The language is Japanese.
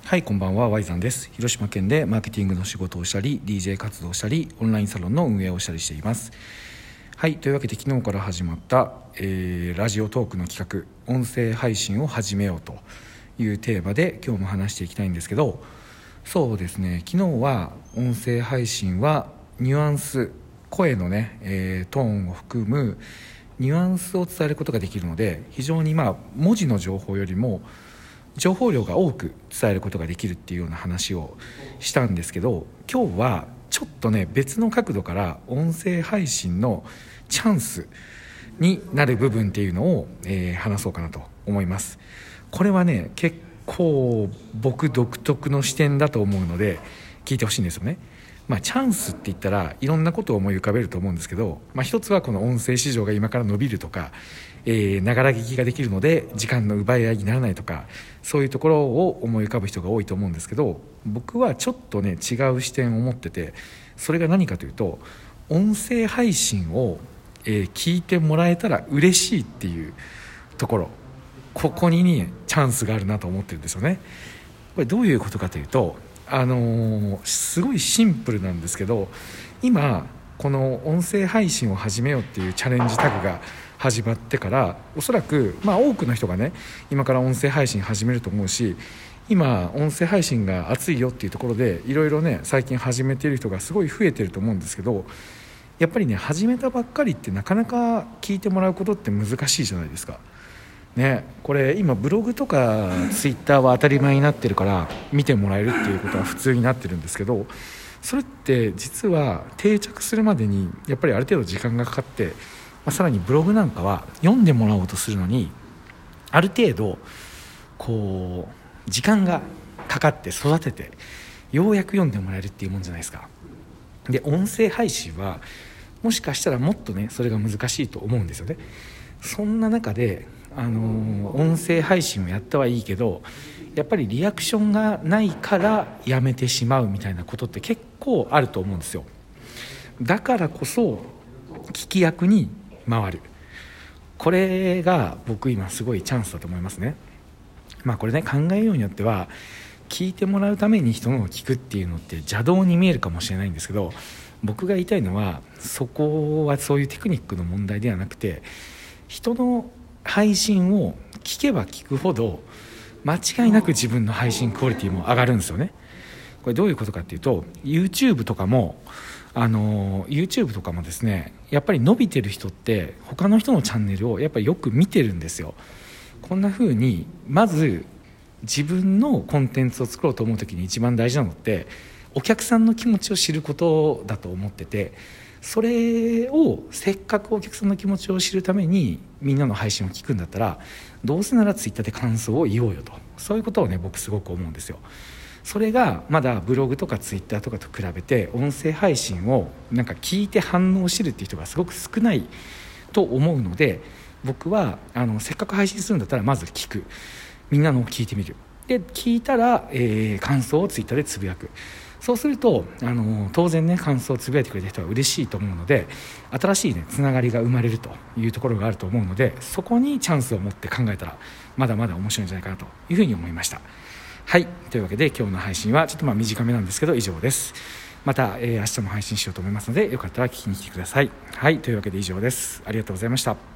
はい、こんばんは。ワイザンです。広島県でマーケティングの仕事をしたり DJ 活動をしたりオンラインサロンの運営をしたりしています。はい、というわけで昨日から始まった、ラジオトークの企画音声配信を始めようというテーマで今日も話していきたいんですけど、そうですね、昨日は音声配信はニュアンス、声のね、トーンを含むニュアンスを伝えることができるので、非常に文字の情報よりも情報量が多く伝えることができるっていうような話をしたんですけど、今日はちょっとね別の角度から音声配信のチャンスになる部分っていうのを、話そうかなと思います。これはね結構僕独特の視点だと思うので聞いてほしいんですよね。チャンスって言ったらいろんなことを思い浮かべると思うんですけど、一つはこの音声市場が今から伸びるとか、ながら聞きができるので時間の奪い合いにならないとか、そういうところを思い浮かぶ人が多いと思うんですけど、僕はちょっとね違う視点を持ってて、それが何かというと、音声配信を、聞いてもらえたら嬉しいっていうところ、ここにねチャンスがあるなと思ってるんですよね。これどういうことかというと、すごいシンプルなんですけど、今この音声配信を始めようっていうチャレンジタグが始まってから、おそらく多くの人がね今から音声配信始めると思うし、今音声配信が熱いよっていうところでいろいろね最近始めている人がすごい増えてると思うんですけど、やっぱりね始めたばっかりってなかなか聞いてもらうことって難しいじゃないですかね。これ今ブログとかツイッターは当たり前になってるから見てもらえるっていうことは普通になってるんですけど、それって実は定着するまでにやっぱりある程度時間がかかって、さらにブログなんかは読んでもらおうとするのにある程度こう時間がかかって育ててようやく読んでもらえるっていうもんじゃないですか。で音声配信はもしかしたらもっとねそれが難しいと思うんですよね。そんな中で音声配信をやったはいいけど、やっぱりリアクションがないからやめてしまうみたいなことって結構あると思うんですよ。だからこそ聞き役に回る、これが僕今すごいチャンスだと思いますね。これね考えようによっては聞いてもらうために人のを聞くっていうのって邪道に見えるかもしれないんですけど、僕が言いたいのはそこはそういうテクニックの問題ではなくて、人の配信を聞けば聞くほど間違いなく自分の配信クオリティも上がるんですよね。これどういうことかっていうと、 YouTube とかもですね、やっぱり伸びてる人って他の人のチャンネルをやっぱりよく見てるんですよ。こんな風にまず自分のコンテンツを作ろうと思う時に一番大事なのってお客さんの気持ちを知ることだと思ってて、それをせっかくお客さんの気持ちを知るためにみんなの配信を聞くんだったら、どうせならツイッターで感想を言おうよと、そういうことをね僕すごく思うんですよ。それがまだブログとかツイッターとかと比べて音声配信を聞いて反応してるっていう人がすごく少ないと思うので、僕はせっかく配信するんだったらまず聞く、みんなのを聞いてみる、で聞いたら、感想をツイッターでつぶやく。そうすると当然ね感想をつぶやいてくれた人は嬉しいと思うので、新しいねつながりが生まれるというところがあると思うので、そこにチャンスを持って考えたらまだまだ面白いんじゃないかなというふうに思いました。はい、というわけで今日の配信はちょっと短めなんですけど以上です。また、明日も配信しようと思いますので、よかったら聞きに来てください。はい、というわけで以上です。ありがとうございました。